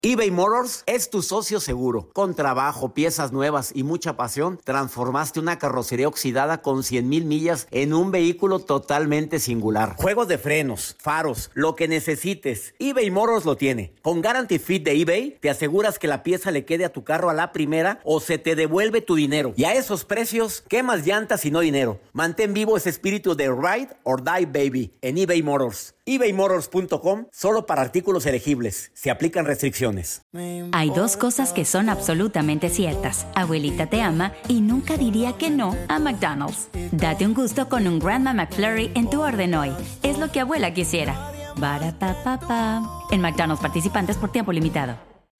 eBay Motors es tu socio seguro. Con trabajo, piezas nuevas y mucha pasión, transformaste una carrocería oxidada con 100,000 millas en un vehículo totalmente singular. Juegos de frenos, faros, lo que necesites, eBay Motors lo tiene. Con Guarantee Fit de eBay, te aseguras que la pieza le quede a tu carro a la primera o se te devuelve tu dinero. Y a esos precios, ¿qué más llantas y no dinero? Mantén vivo ese espíritu de Ride or Die Baby en eBay Motors. ebaymotors.com, solo para artículos elegibles. Se aplican restricciones. Hay dos cosas que son absolutamente ciertas. Abuelita te ama y nunca diría que no a McDonald's. Date un gusto con un Grandma McFlurry en tu orden hoy. Es lo que abuela quisiera. Barapapapa. En McDonald's participantes por tiempo limitado.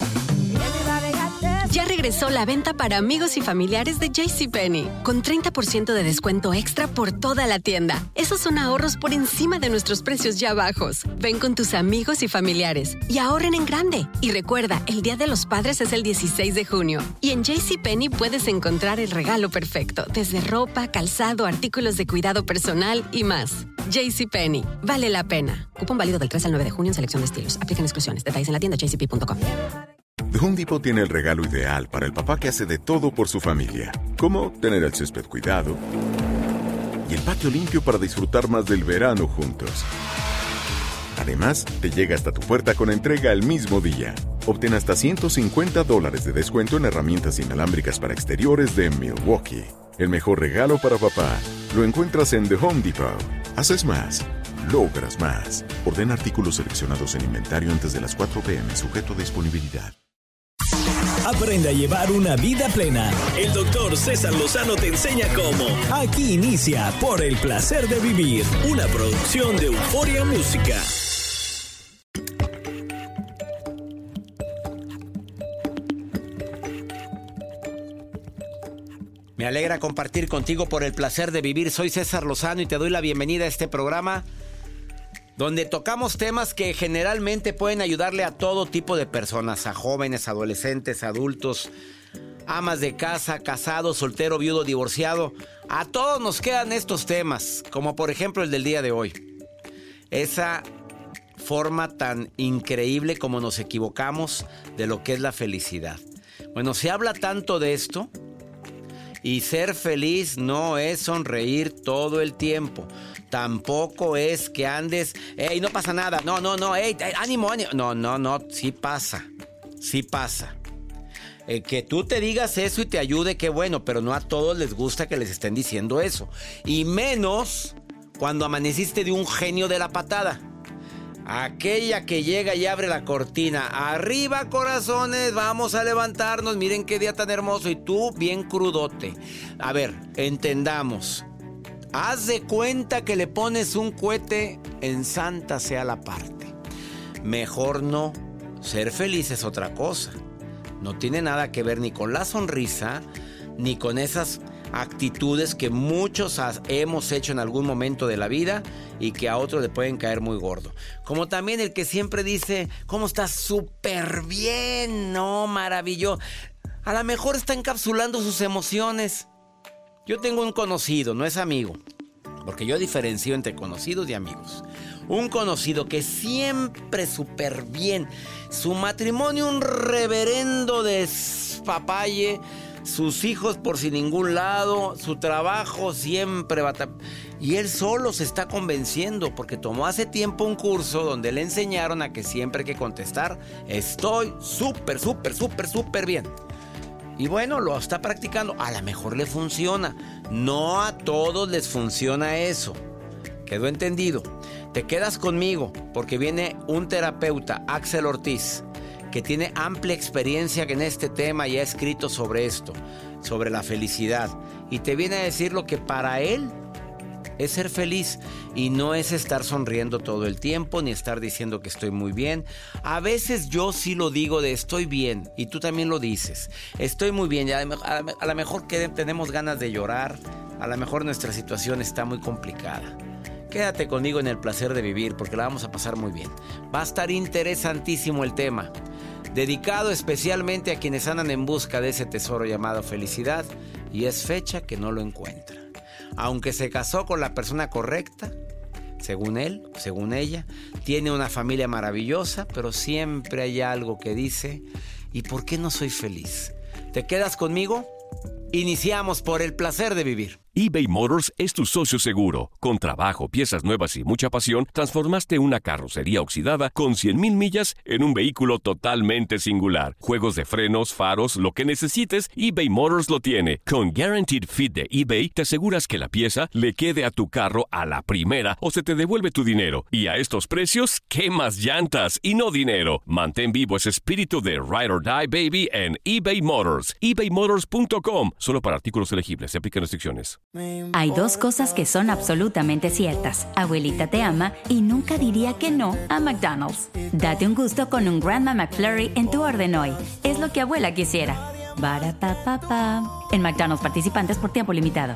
Ya regresó la venta para amigos y familiares de JCPenney, con 30% de descuento extra por toda la tienda. Esos son ahorros por encima de nuestros precios ya bajos. Ven con tus amigos y familiares y ahorren en grande. Y recuerda, el Día de los Padres es el 16 de junio. Y en JCPenney puedes encontrar el regalo perfecto, desde ropa, calzado, artículos de cuidado personal y más. JCPenney, vale la pena. Cupón válido del 3 al 9 de junio en selección de estilos. Aplican exclusiones. Detalles en la tienda jcp.com. The Home Depot tiene el regalo ideal para el papá que hace de todo por su familia, como tener el césped cuidado y el patio limpio para disfrutar más del verano juntos. Además, te llega hasta tu puerta con entrega el mismo día. Obtén hasta $150 de descuento en herramientas inalámbricas para exteriores de Milwaukee. El mejor regalo para papá lo encuentras en The Home Depot. Haces más, logras más. Ordena artículos seleccionados en inventario antes de las 4 p.m. sujeto a disponibilidad. Aprende a llevar una vida plena. El doctor César Lozano te enseña cómo. Aquí inicia Por el Placer de Vivir, una producción de Euforia Música. Me alegra compartir contigo Por el Placer de Vivir. Soy César Lozano y te doy la bienvenida a este programa donde tocamos temas que generalmente pueden ayudarle a todo tipo de personas, a jóvenes, adolescentes, adultos, amas de casa, casado, soltero, viudo, divorciado. A todos nos quedan estos temas, como por ejemplo el del día de hoy. Esa forma tan increíble como nos equivocamos de lo que es la felicidad. Bueno, se habla tanto de esto. Y ser feliz no es sonreír todo el tiempo. Tampoco es que andes, no pasa nada. No, ánimo. No, sí pasa. Que tú te digas eso y te ayude, qué bueno, pero no a todos les gusta que les estén diciendo eso. Y menos cuando amaneciste de un genio de la patada. Aquella que llega y abre la cortina. Arriba, corazones, vamos a levantarnos. Miren qué día tan hermoso. Y tú bien crudote. A ver, entendamos. Haz de cuenta que le pones un cohete en Santa sea la parte. Mejor no. Ser feliz es otra cosa. No tiene nada que ver ni con la sonrisa, ni con esas actitudes que muchos hemos hecho en algún momento de la vida y que a otros le pueden caer muy gordo. Como también el que siempre dice, ¿cómo estás? Súper bien, no, maravilloso. A lo mejor está encapsulando sus emociones. Yo tengo un conocido, no es amigo, porque yo diferencio entre conocidos y amigos. Un conocido que siempre súper bien. Su matrimonio un reverendo despapalle. Sus hijos por sin ningún lado, su trabajo siempre y él solo se está convenciendo porque tomó hace tiempo un curso donde le enseñaron a que siempre hay que contestar estoy súper bien. Y bueno, lo está practicando, a lo mejor le funciona. No a todos les funciona eso. ¿Quedó entendido? Te quedas conmigo porque viene un terapeuta, Axel Ortiz, que tiene amplia experiencia en este tema y ha escrito sobre esto, sobre la felicidad. Y te viene a decir lo que para él es ser feliz. Y no es estar sonriendo todo el tiempo, ni estar diciendo que estoy muy bien. A veces yo sí lo digo de estoy bien, y tú también lo dices. Estoy muy bien, y a lo mejor que tenemos ganas de llorar, a lo mejor nuestra situación está muy complicada. Quédate conmigo en el placer de vivir, porque la vamos a pasar muy bien. Va a estar interesantísimo el tema, dedicado especialmente a quienes andan en busca de ese tesoro llamado felicidad, y es fecha que no lo encuentra. Aunque se casó con la persona correcta, según él, según ella. Tiene una familia maravillosa, pero siempre hay algo que dice, ¿y por qué no soy feliz? ¿Te quedas conmigo? Iniciamos por el placer de vivir. eBay Motors es tu socio seguro. Con trabajo, piezas nuevas y mucha pasión, transformaste una carrocería oxidada con 100,000 millas en un vehículo totalmente singular. Juegos de frenos, faros, lo que necesites, eBay Motors lo tiene. Con Guaranteed Fit de eBay, te aseguras que la pieza le quede a tu carro a la primera o se te devuelve tu dinero. Y a estos precios, ¿qué más llantas y no dinero? Mantén vivo ese espíritu de Ride or Die, baby, en eBay Motors. ebaymotors.com. Solo para artículos elegibles. Se aplican restricciones. Hay dos cosas que son absolutamente ciertas. Abuelita te ama y nunca diría que no a McDonald's. Date un gusto con un Grandma McFlurry en tu orden hoy. Es lo que abuela quisiera. Barapapapa. En McDonald's participantes por tiempo limitado.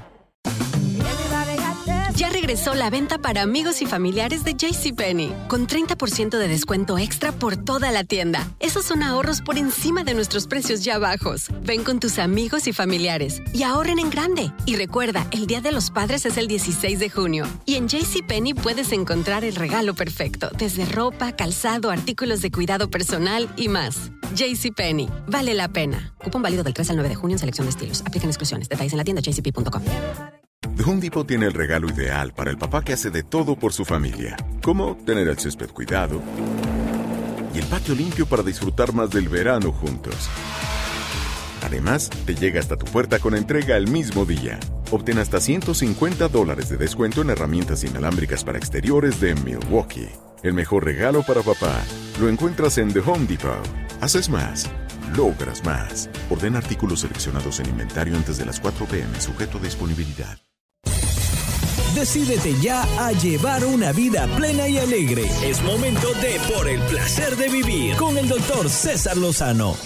Ya regresó la venta para amigos y familiares de JCPenney, con 30% de descuento extra por toda la tienda. Esos son ahorros por encima de nuestros precios ya bajos. Ven con tus amigos y familiares y ahorren en grande. Y recuerda, el Día de los Padres es el 16 de junio. Y en JCPenney puedes encontrar el regalo perfecto, desde ropa, calzado, artículos de cuidado personal y más. JCPenney, vale la pena. Cupón válido del 3 al 9 de junio en selección de estilos. Aplican exclusiones. Detalles en la tienda jcp.com. The Home Depot tiene el regalo ideal para el papá que hace de todo por su familia, como tener el césped cuidado y el patio limpio para disfrutar más del verano juntos. Además, te llega hasta tu puerta con entrega el mismo día. Obtén hasta $150 de descuento en herramientas inalámbricas para exteriores de Milwaukee. El mejor regalo para papá lo encuentras en The Home Depot. Haces más, logras más. Ordena artículos seleccionados en inventario antes de las 4 p.m. sujeto a disponibilidad. Decídete ya a llevar una vida plena y alegre. Es momento de Por el Placer de Vivir con el Dr. César Lozano.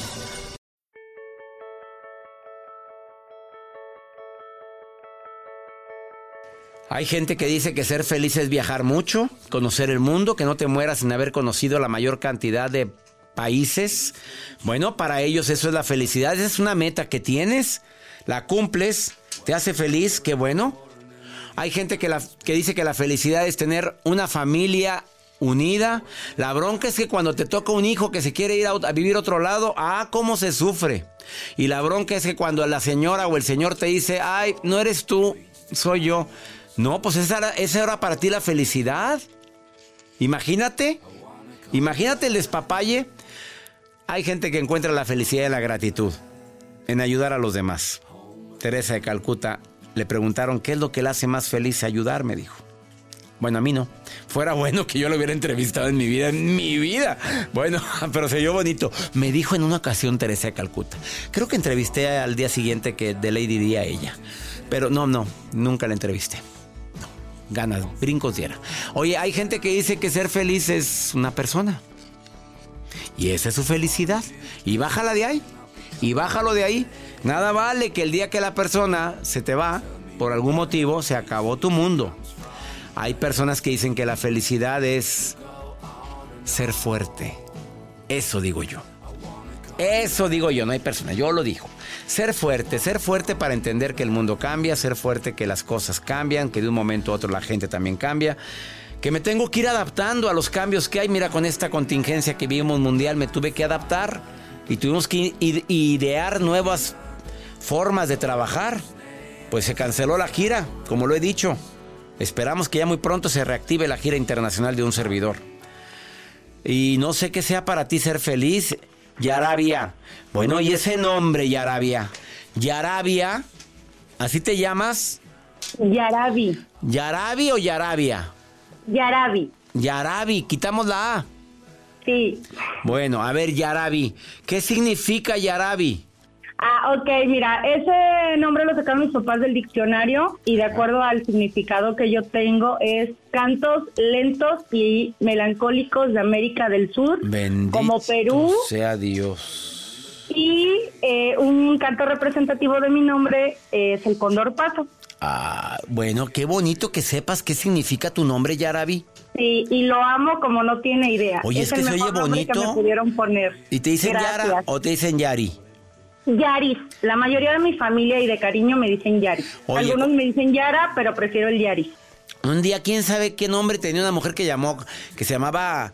Hay gente que dice que ser feliz es viajar mucho, conocer el mundo, que no te mueras sin haber conocido la mayor cantidad de países. Bueno, para ellos eso es la felicidad. Esa es una meta que tienes, la cumples, te hace feliz, qué bueno. Hay gente que dice que la felicidad es tener una familia unida. La bronca es que cuando te toca un hijo que se quiere ir a vivir a otro lado, cómo se sufre. Y la bronca es que cuando la señora o el señor te dice, ay, no eres tú, soy yo. No, pues esa era para ti la felicidad. Imagínate el despapalle. Hay gente que encuentra la felicidad en la gratitud, en ayudar a los demás. Teresa de Calcuta, le preguntaron qué es lo que le hace más feliz. Ayudar, me dijo. Bueno, a mí no. Fuera bueno que yo lo hubiera entrevistado en mi vida. Bueno, pero se oyó bonito. Me dijo en una ocasión Teresa de Calcuta. Creo que entrevisté al día siguiente que de Lady Di a ella. Pero no, nunca la entrevisté. No, ganas, brincos diera. Oye, hay gente que dice que ser feliz es una persona. Y esa es su felicidad. Y bájala de ahí. Y bájalo de ahí. Nada vale que el día que la persona se te va, por algún motivo, se acabó tu mundo. Hay personas que dicen que la felicidad es ser fuerte. Eso digo yo. No hay persona, yo lo digo. Ser fuerte para entender que el mundo cambia, ser fuerte que las cosas cambian, que de un momento a otro la gente también cambia, que me tengo que ir adaptando a los cambios que hay. Mira, con esta contingencia que vivimos mundial me tuve que adaptar y tuvimos que idear nuevas formas de trabajar. Pues se canceló la gira, como lo he dicho. Esperamos que ya muy pronto se reactive la gira internacional de un servidor. Y no sé qué sea para ti ser feliz, Yarabia. Bueno, y ese nombre, Yarabia. Yarabia, ¿así te llamas? Yarabi. ¿Yarabi o Yarabia? Yarabi. Yarabi, quitamos la A. Sí. Bueno, a ver, Yarabi, ¿qué significa Yarabi? Ok, mira, ese nombre lo sacaron mis papás del diccionario y de acuerdo al significado que yo tengo es cantos lentos y melancólicos de América del Sur, bendito como Perú sea Dios. Y un canto representativo de mi nombre es el cóndor paso. Bueno, qué bonito que sepas qué significa tu nombre, Yarabi. Sí, y lo amo como no tiene idea. Oye, es que se oye bonito. Que me pudieron poner. ¿Y te dicen Gracias. Yara o te dicen Yari? Yaris. La mayoría de mi familia y de cariño me dicen Yaris. Oye, algunos me dicen Yara, pero prefiero el Yaris. Un día, quién sabe qué nombre tenía una mujer que se llamaba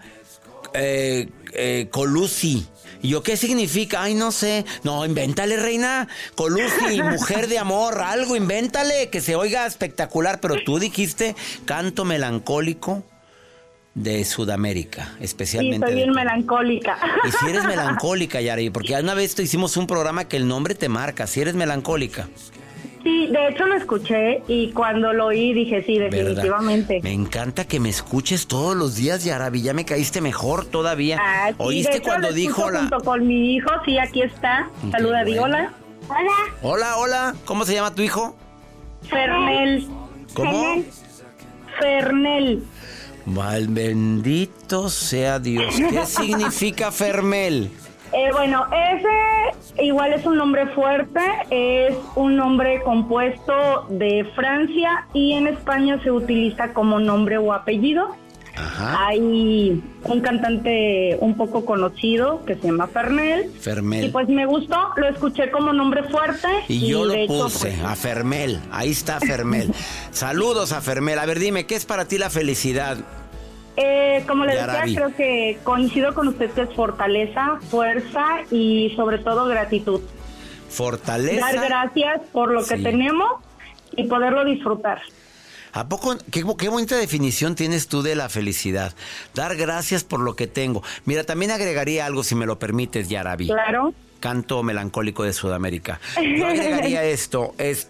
Colusi. ¿Y yo qué significa? Ay, no sé. No, invéntale, reina. Colusi, mujer de amor, algo, invéntale, que se oiga espectacular. Pero tú dijiste canto melancólico de Sudamérica, especialmente. Sí, soy bien melancólica. Y si eres melancólica, Yari, porque una vez hicimos un programa que el nombre te marca, si eres melancólica. Sí, de hecho lo escuché y cuando lo oí dije sí, definitivamente. ¿Verdad? Me encanta que me escuches todos los días, Yaravi, ya me caíste mejor todavía. Sí, ¿oíste cuando dijo la...? Junto con mi hijo, sí, aquí está. Saluda, di hola. Hola, ¿cómo se llama tu hijo? Fernel. ¿Cómo? Fernel. Mal bendito sea Dios. ¿Qué significa Fermel? Bueno, ese igual es un nombre fuerte, es un nombre compuesto de Francia y en España se utiliza como nombre o apellido. Ajá. Hay un cantante un poco conocido que se llama Fermel. Y pues me gustó, lo escuché como nombre fuerte. Y yo lo de puse, hecho, pues, a Fermel. Ahí está Fermel. Saludos a Fermel. A ver, dime, ¿qué es para ti la felicidad? Como le Yaravi. decía, creo que coincido con usted que es fortaleza, fuerza y sobre todo gratitud. Fortaleza. Dar gracias por lo que tenemos y poderlo disfrutar. ¿A poco? Qué bonita definición tienes tú de la felicidad. Dar gracias por lo que tengo. Mira, también agregaría algo, si me lo permites, Yaravi. Claro. Canto melancólico de Sudamérica. Yo agregaría esto,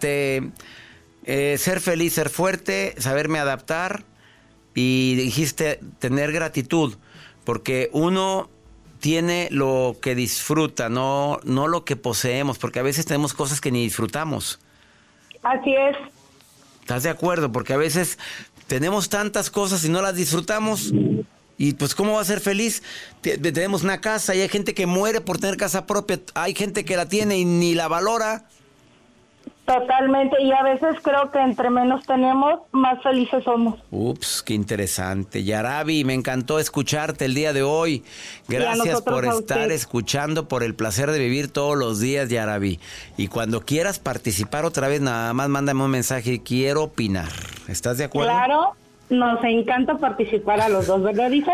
ser feliz, ser fuerte, saberme adaptar y dijiste tener gratitud, porque uno tiene lo que disfruta, no lo que poseemos, porque a veces tenemos cosas que ni disfrutamos. Así es. ¿Estás de acuerdo? Porque a veces tenemos tantas cosas y no las disfrutamos. Y pues, ¿cómo va a ser feliz? Tenemos una casa y hay gente que muere por tener casa propia. Hay gente que la tiene y ni la valora. Totalmente. Y a veces creo que entre menos tenemos, más felices somos. Ups, qué interesante. Yaravi, me encantó escucharte el día de hoy. Gracias por estar escuchando, por el placer de vivir todos los días, Yaravi. Y cuando quieras participar otra vez, nada más mándame un mensaje. Quiero opinar. ¿Estás de acuerdo? Claro, nos encanta participar a los dos, ¿verdad, hijo?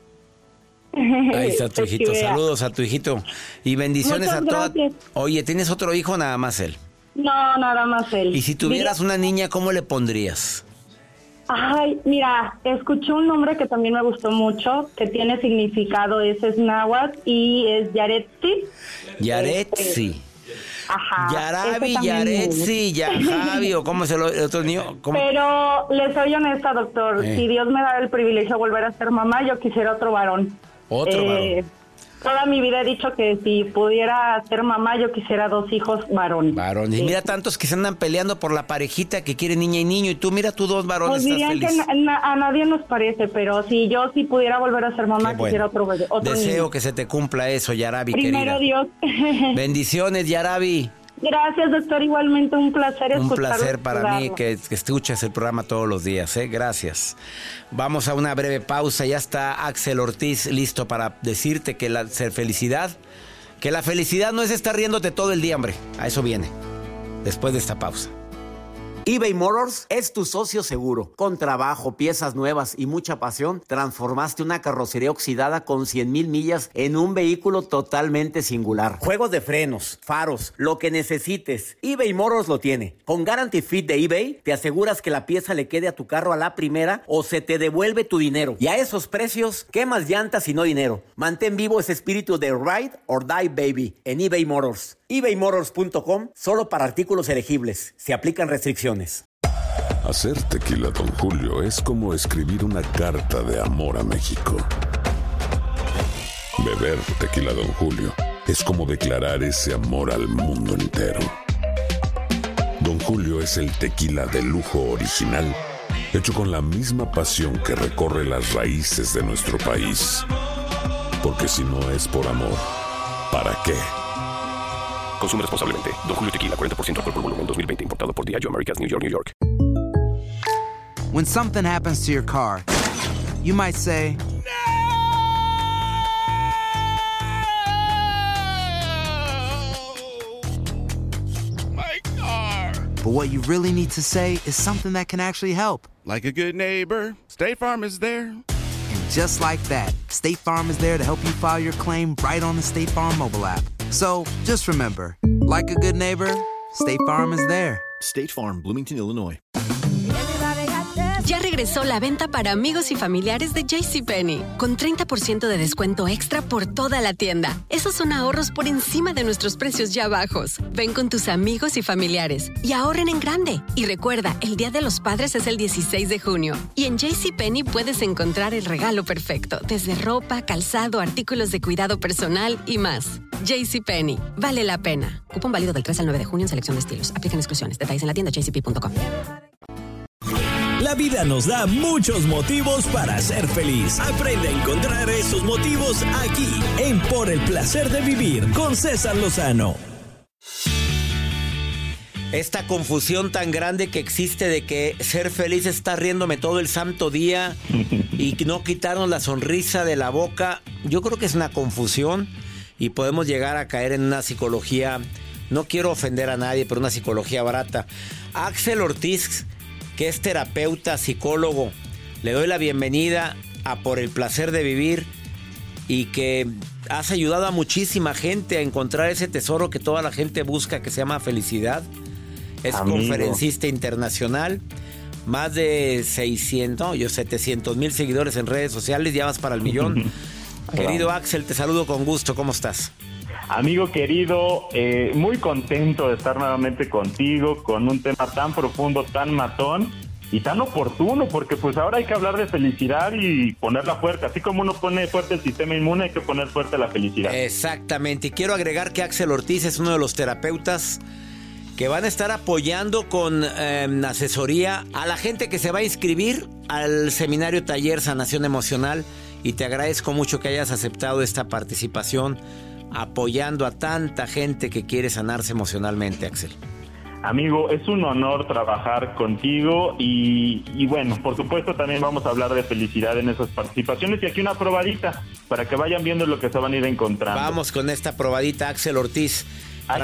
Ahí está tu hijito. Saludos a tu hijito. Y bendiciones Muchas a todos. gracias. Oye, ¿tienes otro hijo o nada más él? No, nada más él. Y si tuvieras una niña, ¿cómo le pondrías? Ay, mira, escuché un nombre que también me gustó mucho, que tiene significado, es náhuatl y es Yaretsi. Yaretsi. Ajá. Yaravi, Yaretsi, Yajavi, o cómo es el otro niño. ¿Cómo? Pero le soy honesta, doctor. Si Dios me da el privilegio de volver a ser mamá, yo quisiera otro varón. Otro varón. Toda mi vida he dicho que si pudiera ser mamá, yo quisiera 2 hijos varones. Varones. Y mira tantos que se andan peleando por la parejita que quiere niña y niño. Y tú, mira, tú 2 varones, pues estás dirían feliz. que a nadie nos parece, pero si yo pudiera volver a ser mamá, quisiera otro Deseo niño. que se te cumpla eso, Yaravi, Primero querida. Dios. Bendiciones, Yaravi. Gracias, doctor. Igualmente un placer escucharlo. Un placer para mí que escuches el programa todos los días. Gracias. Vamos a una breve pausa. Ya está Axel Ortiz listo para decirte que la felicidad no es estar riéndote todo el día, hombre. A eso viene. Después de esta pausa. eBay Motors es tu socio seguro. Con trabajo, piezas nuevas y mucha pasión, transformaste una carrocería oxidada con 100,000 millas en un vehículo totalmente singular. Juegos de frenos, faros, lo que necesites, eBay Motors lo tiene. Con Guarantee Fit de eBay, te aseguras que la pieza le quede a tu carro a la primera o se te devuelve tu dinero. Y a esos precios, ¿qué más llantas y no dinero? Mantén vivo ese espíritu de Ride or Die, baby, en eBay Motors. ebaymotors.com, solo para artículos elegibles. Se aplican restricciones. Hacer tequila Don Julio es como escribir una carta de amor a México. Beber tequila Don Julio es como declarar ese amor al mundo entero. Don Julio es el tequila de lujo original, hecho con la misma pasión que recorre las raíces de nuestro país. Porque si no es por amor, ¿para qué? Consume responsablemente. Don Julio Tequila, 40% alcohol por volumen, 2020. Importado por Diageo Americas, New York, New York. When something happens to your car, you might say, My car! But what you really need to say is something that can actually help. Like a good neighbor, State Farm is there. And just like that, State Farm is there to help you file your claim right on the State Farm mobile app. So just remember, like a good neighbor, State Farm is there. State Farm, Bloomington, Illinois. Ya regresó la venta para amigos y familiares de JCPenney, con 30% de descuento extra por toda la tienda. Esos son ahorros por encima de nuestros precios ya bajos. Ven con tus amigos y familiares y ahorren en grande. Y recuerda, el Día de los Padres es el 16 de junio. Y en JCPenney puedes encontrar el regalo perfecto, desde ropa, calzado, artículos de cuidado personal y más. JCPenney, vale la pena. Cupón válido del 3 al 9 de junio en selección de estilos. Aplican exclusiones. Detalles en la tienda jcp.com. La vida nos da muchos motivos para ser feliz. Aprende a encontrar esos motivos aquí, en Por el Placer de Vivir, con César Lozano. Esta confusión tan grande que existe de que ser feliz es estar riéndome todo el santo día y no quitarnos la sonrisa de la boca, yo creo que es una confusión y podemos llegar a caer en una psicología, no quiero ofender a nadie, pero una psicología barata. Axel Ortiz, que es terapeuta, psicólogo, le doy la bienvenida a Por el Placer de Vivir y que has ayudado a muchísima gente a encontrar ese tesoro que toda la gente busca, que se llama felicidad. Es conferencista internacional, más de 700,000 seguidores en redes sociales, ya vas para el 1,000,000. Querido Axel, te saludo con gusto, ¿cómo estás? Amigo querido, muy contento de estar nuevamente contigo con un tema tan profundo, tan matón y tan oportuno, porque pues ahora hay que hablar de felicidad y ponerla fuerte. Así como uno pone fuerte el sistema inmune, hay que poner fuerte la felicidad. Exactamente, y quiero agregar que Axel Ortiz es uno de los terapeutas que van a estar apoyando con asesoría a la gente que se va a inscribir al seminario taller Sanación Emocional, y te agradezco mucho que hayas aceptado esta participación apoyando a tanta gente que quiere sanarse emocionalmente, Axel. Amigo, es un honor trabajar contigo y bueno, por supuesto también vamos a hablar de felicidad en esas participaciones, y aquí una probadita para que vayan viendo lo que se van a ir encontrando. Vamos con esta probadita, Axel Ortiz. Hay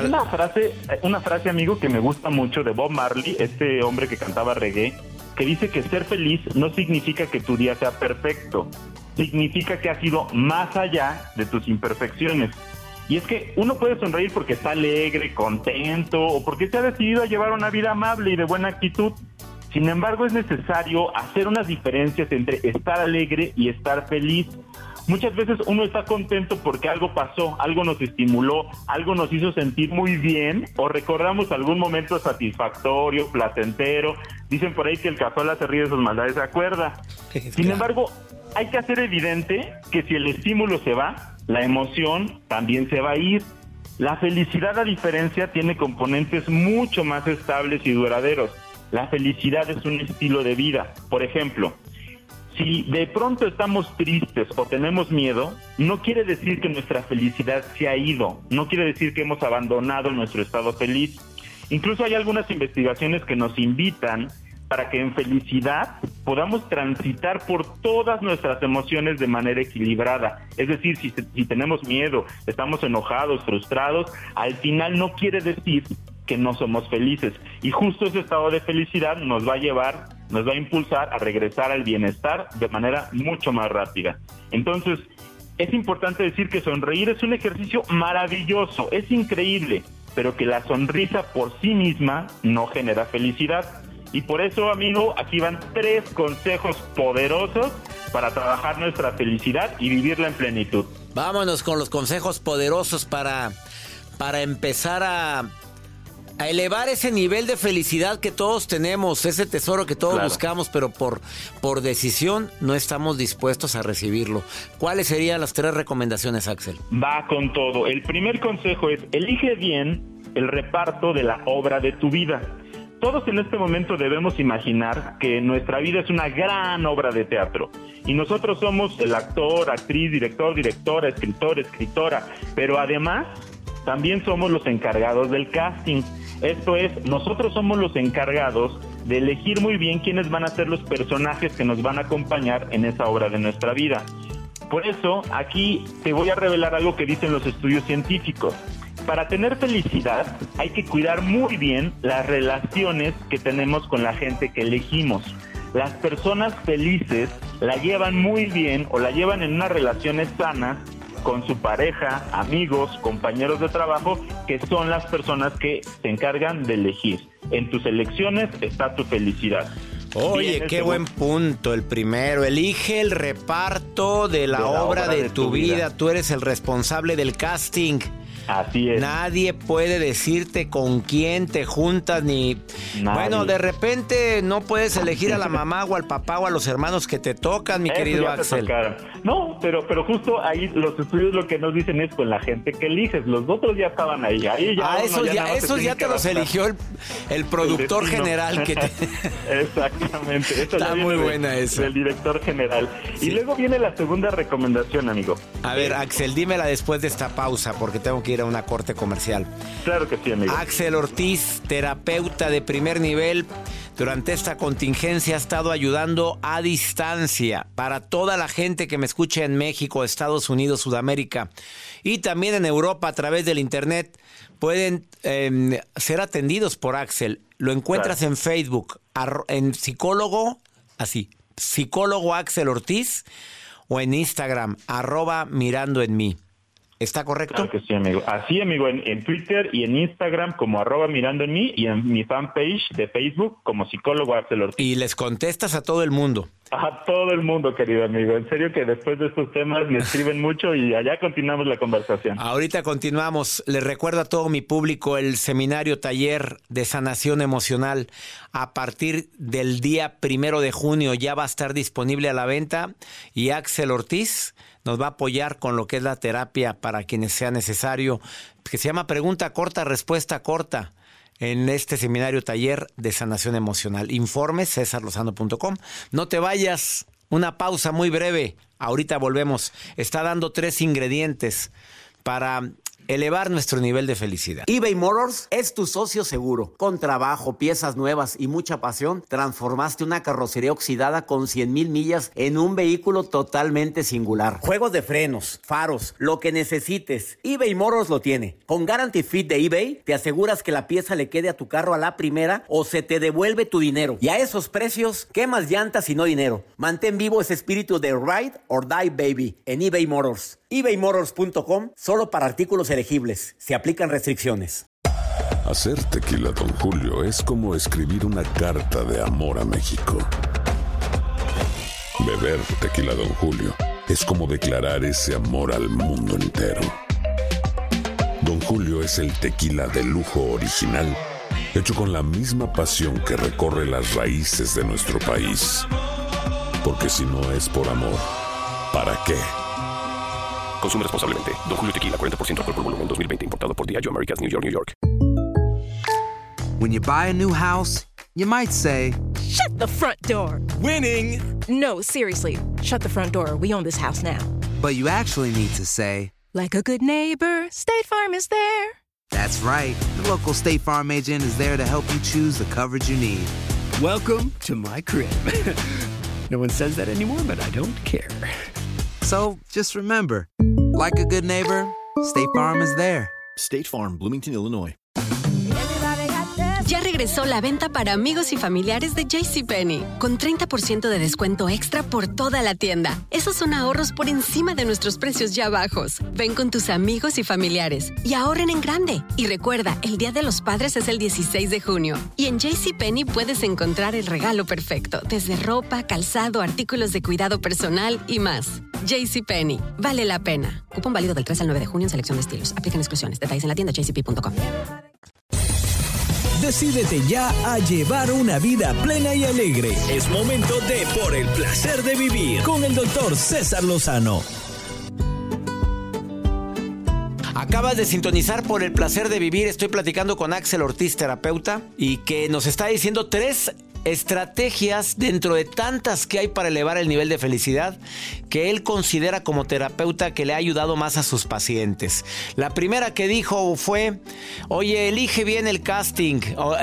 una frase, amigo, que me gusta mucho de Bob Marley, este hombre que cantaba reggae, que dice que ser feliz no significa que tu día sea perfecto, significa que has ido más allá de tus imperfecciones. Y es que uno puede sonreír porque está alegre, contento, o porque se ha decidido a llevar una vida amable y de buena actitud. Sin embargo, es necesario hacer unas diferencias entre estar alegre y estar feliz. Muchas veces uno está contento porque algo pasó, algo nos estimuló, algo nos hizo sentir muy bien, o recordamos algún momento satisfactorio, placentero. Dicen por ahí que el cazuela se ríe de sus maldades, ¿se acuerda? Sin embargo, hay que hacer evidente que si el estímulo se va, la emoción también se va a ir. La felicidad, a diferencia, tiene componentes mucho más estables y duraderos. La felicidad es un estilo de vida. Por ejemplo, si de pronto estamos tristes o tenemos miedo, no quiere decir que nuestra felicidad se ha ido, no quiere decir que hemos abandonado nuestro estado feliz. Incluso hay algunas investigaciones que nos invitan para que en felicidad podamos transitar por todas nuestras emociones de manera equilibrada. Es decir, si tenemos miedo, estamos enojados, frustrados, al final no quiere decir que no somos felices. Y justo ese estado de felicidad nos va a impulsar a regresar al bienestar de manera mucho más rápida. Entonces, es importante decir que sonreír es un ejercicio maravilloso, es increíble, pero que la sonrisa por sí misma no genera felicidad. Y por eso, amigo, aquí van 3 consejos poderosos para trabajar nuestra felicidad y vivirla en plenitud. Vámonos con los consejos poderosos para empezar a elevar ese nivel de felicidad que todos tenemos, ese tesoro que todos buscamos, pero por decisión no estamos dispuestos a recibirlo. ¿Cuáles serían las 3 recomendaciones, Axel? Va con todo. El primer consejo es: elige bien el reparto de la obra de tu vida. Todos en este momento debemos imaginar que nuestra vida es una gran obra de teatro y nosotros somos el actor, actriz, director, directora, escritor, escritora, pero además también somos los encargados del casting. Esto es, nosotros somos los encargados de elegir muy bien quiénes van a ser los personajes que nos van a acompañar en esa obra de nuestra vida. Por eso, aquí te voy a revelar algo que dicen los estudios científicos, Para tener felicidad hay que cuidar muy bien las relaciones que tenemos con la gente que elegimos. Las personas felices la llevan muy bien o la llevan en unas relaciones sanas con su pareja, amigos, compañeros de trabajo, que son las personas que se encargan de elegir. En tus elecciones está tu felicidad. Oye, qué buen punto el primero. Elige el reparto de la obra de tu vida. Tú eres el responsable del casting. Así es. Nadie puede decirte con quién te juntas ni... Nadie. Bueno, de repente no puedes elegir a la mamá o al papá o a los hermanos que te tocan, mi querido Axel. No, pero justo ahí los estudios lo que nos dicen es con la gente que eliges. Los otros ya estaban ahí. Esos ya te los eligió el productor general. Que te... Exactamente. Está muy buena eso. El director general. Sí. Y luego viene la segunda recomendación, amigo. A ver, Axel, dímela después de esta pausa porque tengo que ir a una corte comercial. Claro que sí, amigo. Axel Ortiz, terapeuta de primer nivel, durante esta contingencia ha estado ayudando a distancia para toda la gente que me escucha en México, Estados Unidos, Sudamérica y también en Europa a través del internet. Pueden ser atendidos por Axel. Lo encuentras en Facebook, en psicólogo, así, psicólogo Axel Ortiz, o en Instagram, @mirando en mí. ¿Está correcto? Claro que sí, amigo. Así, amigo, en Twitter y en Instagram como @mirando en mí y en mi fanpage de Facebook como psicólogo Axel Ortiz. Y les contestas a todo el mundo. A todo el mundo, querido amigo. En serio que después de estos temas me escriben mucho y allá continuamos la conversación. Ahorita continuamos. Les recuerdo a todo mi público el seminario taller de sanación emocional. A partir del día 1 de junio ya va a estar disponible a la venta y Axel Ortiz nos va a apoyar con lo que es la terapia para quienes sea necesario, que se llama Pregunta Corta, Respuesta Corta, en este seminario taller de sanación emocional. Informes, cesarlozano.com. No te vayas, una pausa muy breve. Ahorita volvemos. Está dando 3 ingredientes para elevar nuestro nivel de felicidad. eBay Motors es tu socio seguro. Con trabajo, piezas nuevas y mucha pasión, transformaste una carrocería oxidada con 100,000 millas en un vehículo totalmente singular. Juegos de frenos, faros, lo que necesites, eBay Motors lo tiene. Con Guarantee Fit de eBay, te aseguras que la pieza le quede a tu carro a la primera o se te devuelve tu dinero. Y a esos precios, ¿qué más llantas y no dinero? Mantén vivo ese espíritu de Ride or Die, baby, en eBay Motors. ebaymotors.com, solo para artículos elegibles. Se aplican restricciones. Hacer tequila Don Julio es como escribir una carta de amor a México. Beber tequila Don Julio es como declarar ese amor al mundo entero. Don Julio es el tequila de lujo original, hecho con la misma pasión que recorre las raíces de nuestro país. Porque si no es por amor, ¿para qué? Consume responsablemente. Don Julio Tequila, 40% alcohol por volumen, 2020. Importado por Diageo Americas, New York, New York. When you buy a new house, you might say, "Shut the front door." Winning! No, seriously. Shut the front door. We own this house now. But you actually need to say, like a good neighbor, State Farm is there. That's right. The local State Farm agent is there to help you choose the coverage you need. Welcome to my crib. No one says that anymore, but I don't care. So, just remember, like a good neighbor, State Farm is there. State Farm, Bloomington, Illinois. Ya regresó la venta para amigos y familiares de JCPenney, con 30% de descuento extra por toda la tienda. Esos son ahorros por encima de nuestros precios ya bajos. Ven con tus amigos y familiares y ahorren en grande. Y recuerda, el Día de los Padres es el 16 de junio. Y en JCPenney puedes encontrar el regalo perfecto, desde ropa, calzado, artículos de cuidado personal y más. JCPenney, vale la pena. Cupón válido del 3 al 9 de junio en selección de estilos. Aplican exclusiones. Detalles en la tienda jcp.com. Decídete ya a llevar una vida plena y alegre. Es momento de Por el Placer de Vivir con el Dr. César Lozano. Acabas de sintonizar Por el Placer de Vivir. Estoy platicando con Axel Ortiz, terapeuta, y que nos está diciendo 3 estrategias dentro de tantas que hay para elevar el nivel de felicidad que él considera como terapeuta que le ha ayudado más a sus pacientes. La primera que dijo fue Oye, elige bien el casting,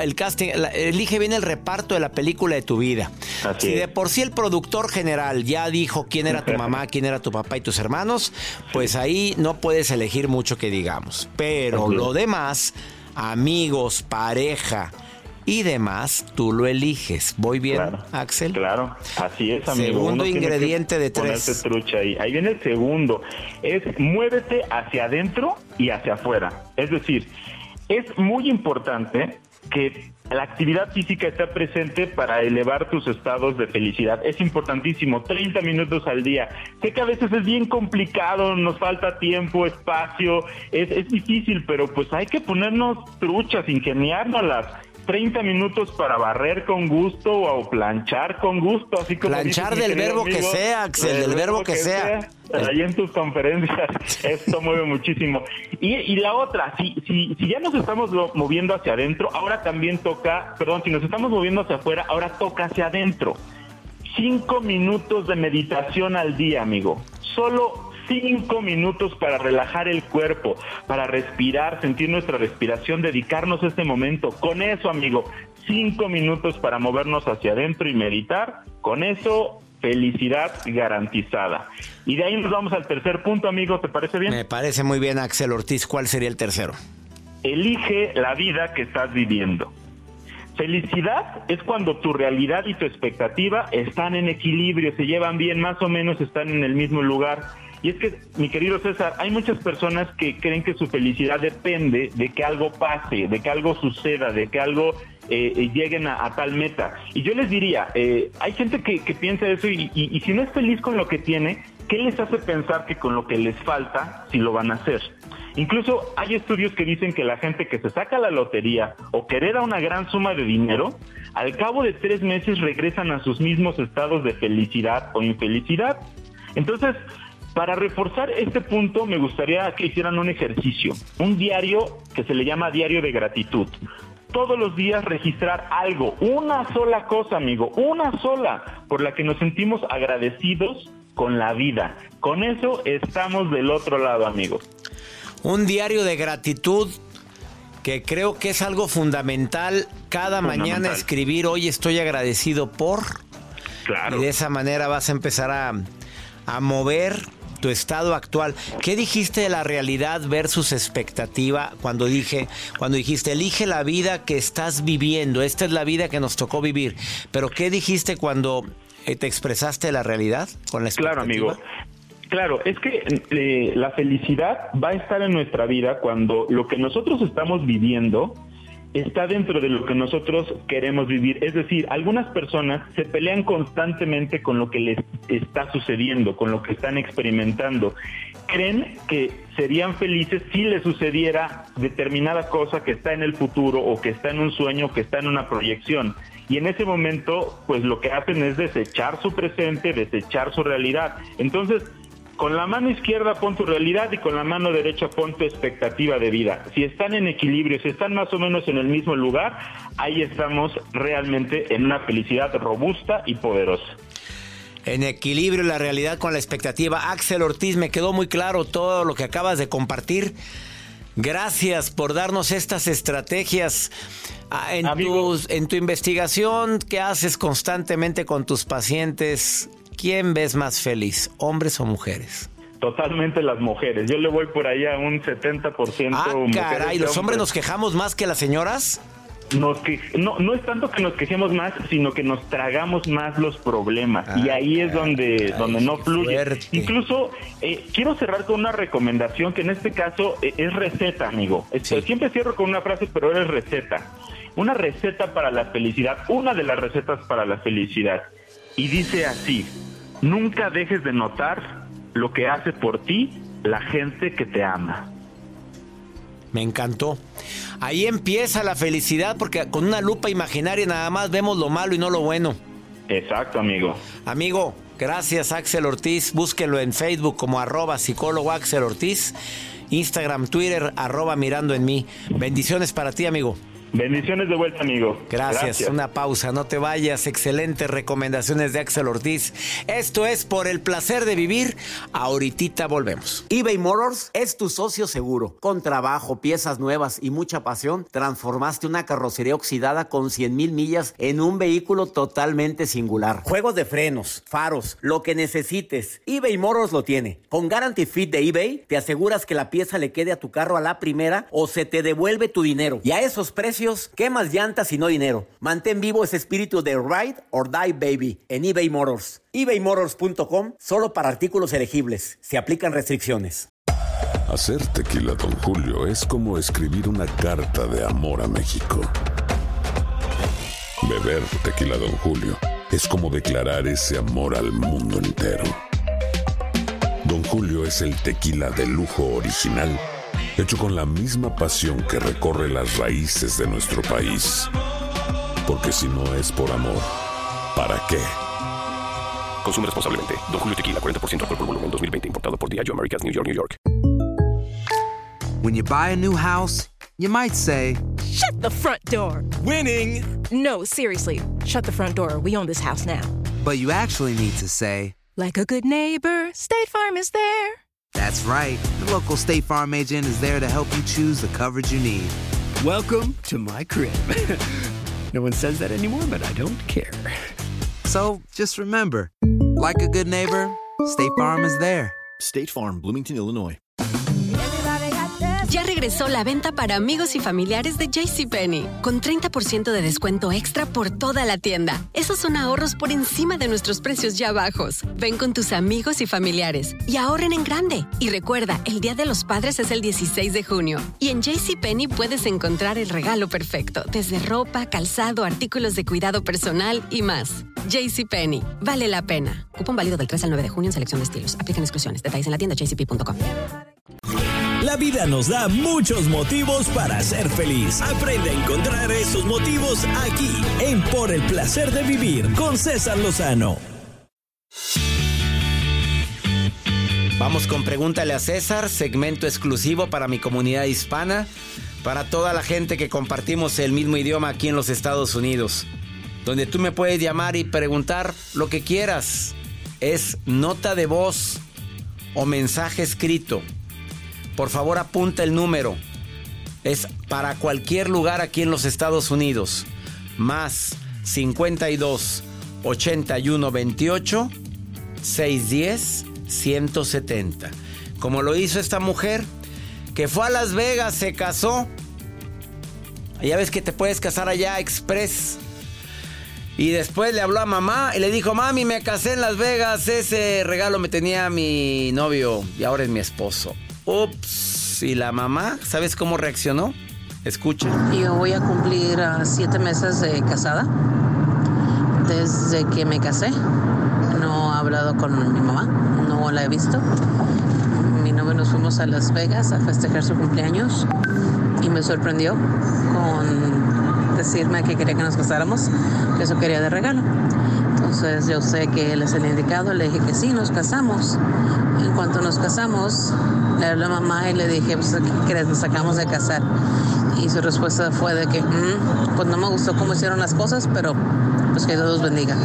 elige bien el reparto de la película de tu vida. Así si es. de por sí el productor general ya dijo quién era tu mamá, quién era tu papá y tus hermanos, pues ahí no puedes elegir mucho que digamos. Pero lo demás, amigos, pareja y demás, tú lo eliges. ¿Voy bien, Axel? Claro, así es, amigo. Segundo Uno tiene que ingrediente de 3. ponerse trucha ahí. Ahí viene el segundo. Es muévete hacia adentro y hacia afuera. Es decir, es muy importante que la actividad física esté presente para elevar tus estados de felicidad. Es importantísimo, 30 minutos al día. Sé que a veces es bien complicado, nos falta tiempo, espacio, es difícil, pero pues hay que ponernos truchas, ingeniárnoslas. 30 minutos para barrer con gusto o planchar con gusto, así como planchar del verbo que sea, Axel, del verbo que sea. Ahí en tus conferencias, esto mueve muchísimo. Y la otra, si ya nos estamos moviendo hacia adentro, ahora también toca, si nos estamos moviendo hacia afuera, ahora toca hacia adentro. 5 minutos de meditación al día, amigo. Solo 5 minutos para relajar el cuerpo, para respirar, sentir nuestra respiración, dedicarnos a este momento. Con eso, amigo, 5 minutos para movernos hacia adentro y meditar. Con eso, felicidad garantizada. Y de ahí nos vamos al tercer punto, amigo. ¿Te parece bien? Me parece muy bien, Axel Ortiz. ¿Cuál sería el tercero? Elige la vida que estás viviendo. Felicidad es cuando tu realidad y tu expectativa están en equilibrio, se llevan bien, más o menos están en el mismo lugar. Y es que, mi querido César, hay muchas personas que creen que su felicidad depende de que algo pase, de que algo suceda, de que algo lleguen a tal meta. Y yo les diría, hay gente que piensa eso y si no es feliz con lo que tiene, ¿qué les hace pensar que con lo que les falta, si lo van a hacer? Incluso hay estudios que dicen que la gente que se saca la lotería o que hereda una gran suma de dinero, al cabo de 3 meses regresan a sus mismos estados de felicidad o infelicidad. Entonces, para reforzar este punto, me gustaría que hicieran un ejercicio, un diario que se le llama diario de gratitud. Todos los días registrar algo, una sola cosa, amigo, una sola, por la que nos sentimos agradecidos con la vida. Con eso estamos del otro lado, amigos. Un diario de gratitud que creo que es algo fundamental. Cada mañana escribir, hoy estoy agradecido por... Claro. Y de esa manera vas a empezar a mover tu estado actual. ¿Qué dijiste de la realidad versus expectativa cuando dijiste elige la vida que estás viviendo? Esta es la vida que nos tocó vivir. Pero ¿qué dijiste cuando te expresaste la realidad con la expectativa? Claro, amigo. Claro, es que la felicidad va a estar en nuestra vida cuando lo que nosotros estamos viviendo está dentro de lo que nosotros queremos vivir. Es decir, algunas personas se pelean constantemente con lo que les está sucediendo, con lo que están experimentando. Creen que serían felices si les sucediera determinada cosa que está en el futuro o que está en un sueño, que está en una proyección. Y en ese momento, pues lo que hacen es desechar su presente, desechar su realidad. Entonces, con la mano izquierda pon tu realidad y con la mano derecha pon tu expectativa de vida. Si están en equilibrio, si están más o menos en el mismo lugar, ahí estamos realmente en una felicidad robusta y poderosa. En equilibrio la realidad con la expectativa. Axel Ortiz, me quedó muy claro todo lo que acabas de compartir. Gracias por darnos estas estrategias. En tu investigación que haces constantemente con tus pacientes, ¿quién ves más feliz, hombres o mujeres? Totalmente las mujeres. Yo le voy por ahí a un 70%. Ah, caray, ¿los hombres nos quejamos más que las señoras? No es tanto que nos quejemos más, sino que nos tragamos más los problemas. Y ahí es donde no fluye. Fuerte. Incluso quiero cerrar con una recomendación que en este caso es receta, amigo. Sí. Siempre cierro con una frase, pero ahora es receta. Una receta para la felicidad, una de las recetas para la felicidad. Y dice así: nunca dejes de notar lo que hace por ti la gente que te ama. Me encantó. Ahí empieza la felicidad, porque con una lupa imaginaria nada más vemos lo malo y no lo bueno. Exacto, amigo. Amigo, gracias, Axel Ortiz. Búsquelo en Facebook como @psicólogo Axel Ortiz. Instagram, Twitter, @mirando en mí. Bendiciones para ti, amigo. Bendiciones de vuelta, amigo. Gracias. Una pausa, no te vayas. Excelentes recomendaciones de Axel Ortiz. Esto es Por el Placer de Vivir. Ahorita volvemos. eBay Motors es tu socio seguro. Con trabajo, piezas nuevas y mucha pasión, transformaste una carrocería oxidada con 100,000 millas en un vehículo totalmente singular. Juegos de frenos, faros, lo que necesites, eBay Motors lo tiene. Con Guarantee Fit de eBay, te aseguras que la pieza le quede a tu carro a la primera o se te devuelve tu dinero. Y a esos precios, ¿qué más llantas y no dinero? Mantén vivo ese espíritu de Ride or Die, baby, en eBay Motors. ebaymotors.com, solo para artículos elegibles. Se aplican restricciones. Hacer tequila Don Julio es como escribir una carta de amor a México. Beber tequila Don Julio es como declarar ese amor al mundo entero. Don Julio es el tequila de lujo original, hecho con la misma pasión que recorre las raíces de nuestro país. Porque si no es por amor, ¿para qué? Consume responsablemente. Don Julio Tequila, 40% alcohol por volumen, 2020. Importado por Diageo Americas, New York, New York. When you buy a new house, you might say, Shut the front door! Winning! No, seriously. Shut the front door. We own this house now. but you actually need to say, Like a good neighbor, State Farm is there. That's right. The local State Farm agent is there to help you choose the coverage you need. Welcome to my crib. No one says that anymore, but I don't care. So just remember, like a good neighbor, State Farm is there. State Farm, Bloomington, Illinois. Ya regresó la venta para amigos y familiares de JCPenney, con 30% de descuento extra por toda la tienda. Esos son ahorros por encima de nuestros precios ya bajos. Ven con tus amigos y familiares y ahorren en grande. Y recuerda, el Día de los Padres es el 16 de junio. Y en JCPenney puedes encontrar el regalo perfecto, desde ropa, calzado, artículos de cuidado personal y más. JCPenney, vale la pena. Cupón válido del 3 al 9 de junio en selección de estilos. Aplican exclusiones. Detalles en la tienda jcp.com. La vida nos da muchos motivos para ser feliz. Aprende a encontrar esos motivos aquí, en Por el Placer de Vivir, con César Lozano. Vamos con Pregúntale a César, segmento exclusivo para mi comunidad hispana, para toda la gente que compartimos el mismo idioma aquí en los Estados Unidos, donde tú me puedes llamar y preguntar lo que quieras. Es nota de voz o mensaje escrito. Por favor, apunta el número. Es para cualquier lugar aquí en los Estados Unidos. Más 52 81 28 610 170. Como lo hizo esta mujer que fue a Las Vegas, se casó. Ya ves que te puedes casar allá express. Y después le habló a mamá y le dijo: mami, me casé en Las Vegas. Ese regalo me tenía mi novio y ahora es mi esposo. Ups, y la mamá, ¿sabes cómo reaccionó? Escucha. Yo voy a cumplir 7 meses de casada. Desde que me casé, no he hablado con mi mamá, no la he visto. Mi novio nos fuimos a Las Vegas a festejar su cumpleaños y me sorprendió con decirme que quería que nos casáramos, que eso quería de regalo. Entonces yo sé que él es el indicado, le dije que sí, nos casamos. En cuanto nos casamos, le hablé a mamá y le dije, pues, ¿qué crees? Nos acabamos de casar. Y su respuesta fue de que, pues no me gustó cómo hicieron las cosas, pero pues que Dios los bendiga.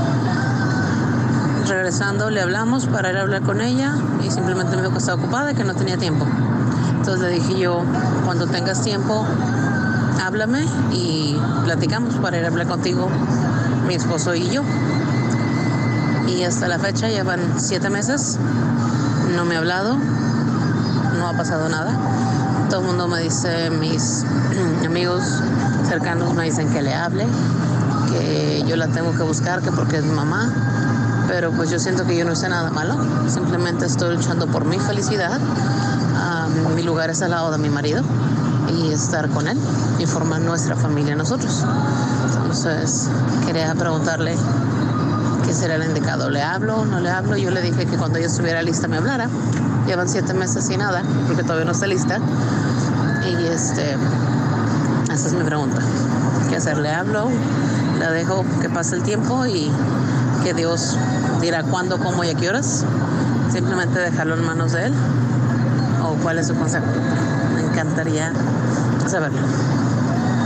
Regresando le hablamos para ir a hablar con ella y simplemente me dijo que estaba ocupada y que no tenía tiempo. Entonces le dije yo, cuando tengas tiempo, háblame y platicamos para ir a hablar contigo, mi esposo y yo. Y hasta la fecha llevan 7 meses, no me ha hablado, no ha pasado nada. Todo el mundo me dice, mis amigos cercanos me dicen que le hable, que yo la tengo que buscar, que porque es mi mamá. Pero pues yo siento que yo no hice nada malo, simplemente estoy luchando por mi felicidad. Mi lugar es al lado de mi marido y estar con él y formar nuestra familia nosotros. Entonces quería preguntarle qué será el indicado. ¿Le hablo? ¿No le hablo? Yo le dije que cuando ella estuviera lista me hablara. Llevan 7 meses y nada, porque todavía no está lista. Y esa es mi pregunta. ¿Qué hacer? ¿Le hablo? ¿La dejo que pase el tiempo y que Dios dirá cuándo, cómo y a qué horas? ¿Simplemente dejarlo en manos de Él? ¿O cuál es su consejo? Me encantaría saberlo.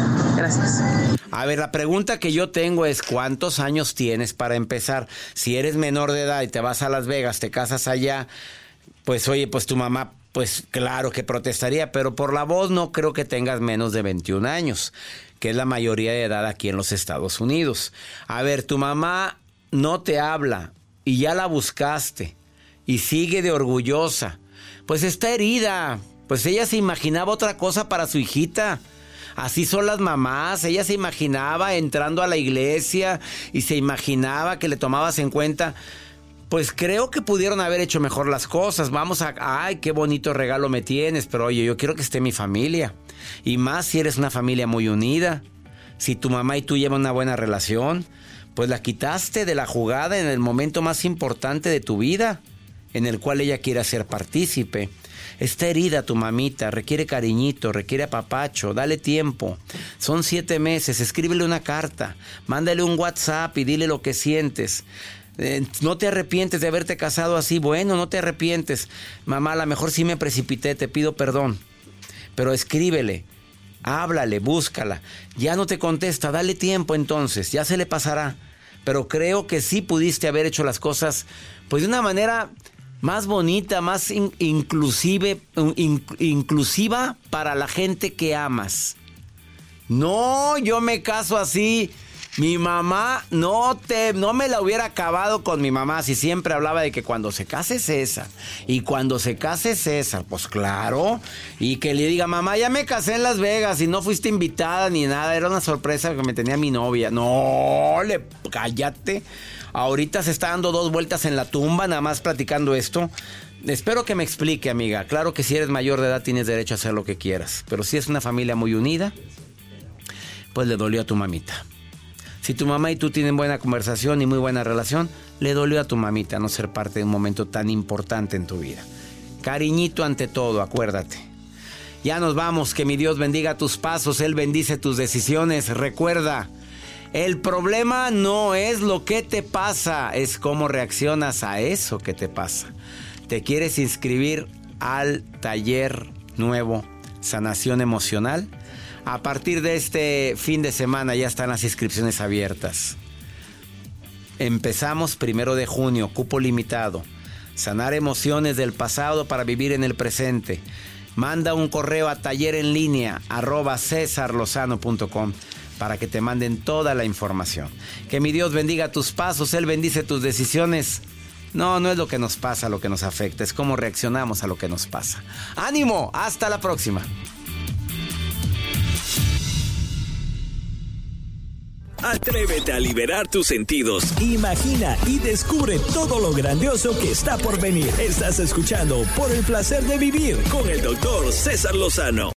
Gracias. A ver, la pregunta que yo tengo es ¿cuántos años tienes para empezar? Si eres menor de edad y te vas a Las Vegas, te casas allá, pues oye, pues tu mamá, pues claro que protestaría, pero por la voz no creo que tengas menos de 21 años, que es la mayoría de edad aquí en los Estados Unidos. A ver, tu mamá no te habla y ya la buscaste y sigue de orgullosa, pues está herida, pues ella se imaginaba otra cosa para su hijita. Así son las mamás, ella se imaginaba entrando a la iglesia y se imaginaba que le tomabas en cuenta. Pues creo que pudieron haber hecho mejor las cosas. Ay, qué bonito regalo me tienes, pero oye, yo quiero que esté mi familia. Y más si eres una familia muy unida. Si tu mamá y tú llevan una buena relación, pues la quitaste de la jugada en el momento más importante de tu vida, en el cual ella quiere ser partícipe. Está herida tu mamita, requiere cariñito, requiere apapacho, dale tiempo. Son 7 meses, escríbele una carta, mándale un WhatsApp y dile lo que sientes. No te arrepientes de haberte casado así. Bueno, no te arrepientes. Mamá, a lo mejor sí me precipité, te pido perdón. Pero escríbele, háblale, búscala. Ya no te contesta, dale tiempo entonces, ya se le pasará. Pero creo que sí pudiste haber hecho las cosas pues de una manera más bonita, más inclusiva para la gente que amas. No, yo me caso así. Mi mamá, no me la hubiera acabado con mi mamá si siempre hablaba de que cuando se case César, y cuando se case César, pues claro, y que le diga, mamá, ya me casé en Las Vegas y no fuiste invitada ni nada, era una sorpresa que me tenía mi novia. No, cállate. Ahorita se está dando 2 vueltas en la tumba, nada más platicando esto. Espero que me explique, amiga. Claro que si eres mayor de edad tienes derecho a hacer lo que quieras, pero si es una familia muy unida, pues le dolió a tu mamita. Si tu mamá y tú tienen buena conversación y muy buena relación, le dolió a tu mamita no ser parte de un momento tan importante en tu vida. Cariñito ante todo, acuérdate. Ya nos vamos, que mi Dios bendiga tus pasos, Él bendice tus decisiones. Recuerda, el problema no es lo que te pasa, es cómo reaccionas a eso que te pasa. ¿Te quieres inscribir al taller nuevo Sanación Emocional? A partir de este fin de semana ya están las inscripciones abiertas. Empezamos 1 de junio, cupo limitado. Sanar emociones del pasado para vivir en el presente. Manda un correo a tallerenlinea@cesarlozano.com para que te manden toda la información. Que mi Dios bendiga tus pasos, Él bendice tus decisiones. No es lo que nos pasa lo que nos afecta, es cómo reaccionamos a lo que nos pasa. ¡Ánimo! ¡Hasta la próxima! Atrévete a liberar tus sentidos. Imagina y descubre todo lo grandioso que está por venir. Estás escuchando Por el Placer de Vivir con el Dr. César Lozano.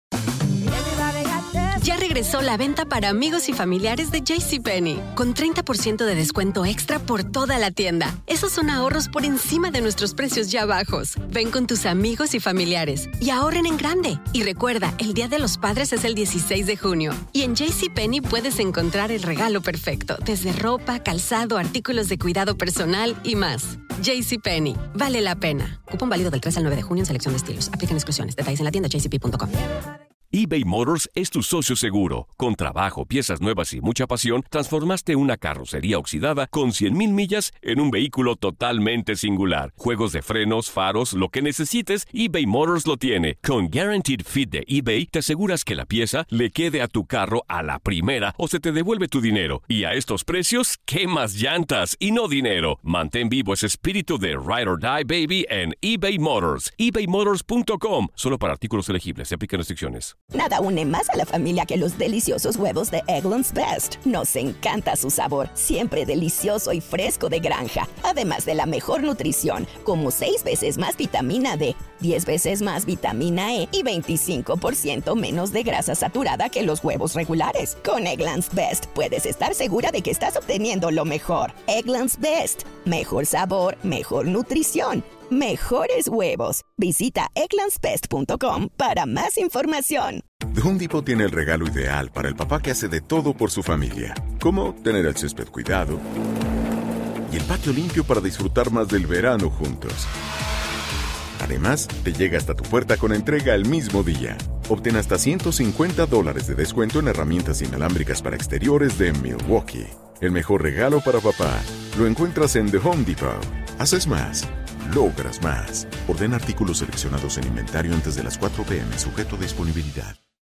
Ya regresó la venta para amigos y familiares de JCPenney, con 30% de descuento extra por toda la tienda. Esos son ahorros por encima de nuestros precios ya bajos. Ven con tus amigos y familiares y ahorren en grande. Y recuerda, el Día de los Padres es el 16 de junio. Y en JCPenney puedes encontrar el regalo perfecto, desde ropa, calzado, artículos de cuidado personal y más. JCPenney, vale la pena. Cupón válido del 3 al 9 de junio en selección de estilos. Aplican exclusiones. Detalles en la tienda jcp.com. eBay Motors es tu socio seguro. Con trabajo, piezas nuevas y mucha pasión, transformaste una carrocería oxidada con 100,000 millas en un vehículo totalmente singular. Juegos de frenos, faros, lo que necesites, eBay Motors lo tiene. Con Guaranteed Fit de eBay, te aseguras que la pieza le quede a tu carro a la primera o se te devuelve tu dinero. Y a estos precios, ¿qué más llantas y no dinero? Mantén vivo ese espíritu de Ride or Die, baby, en eBay Motors. ebaymotors.com. Solo para artículos elegibles. Se aplican restricciones. Nada une más a la familia que los deliciosos huevos de Eggland's Best. Nos encanta su sabor, siempre delicioso y fresco de granja. Además de la mejor nutrición, como 6 veces más vitamina D, 10 veces más vitamina E y 25% menos de grasa saturada que los huevos regulares. Con Eggland's Best puedes estar segura de que estás obteniendo lo mejor. Eggland's Best. Mejor sabor, mejor nutrición. Mejores huevos. Visita egglandsbest.com para más información. The Home Depot tiene el regalo ideal para el papá que hace de todo por su familia, como tener el césped cuidado y el patio limpio para disfrutar más del verano juntos. Además, te llega hasta tu puerta con entrega el mismo día. Obtén hasta $150 de descuento en herramientas inalámbricas para exteriores de Milwaukee. El mejor regalo para papá lo encuentras en The Home Depot. Haces más, logras más. Ordena artículos seleccionados en inventario antes de las 4 p.m. sujeto a disponibilidad.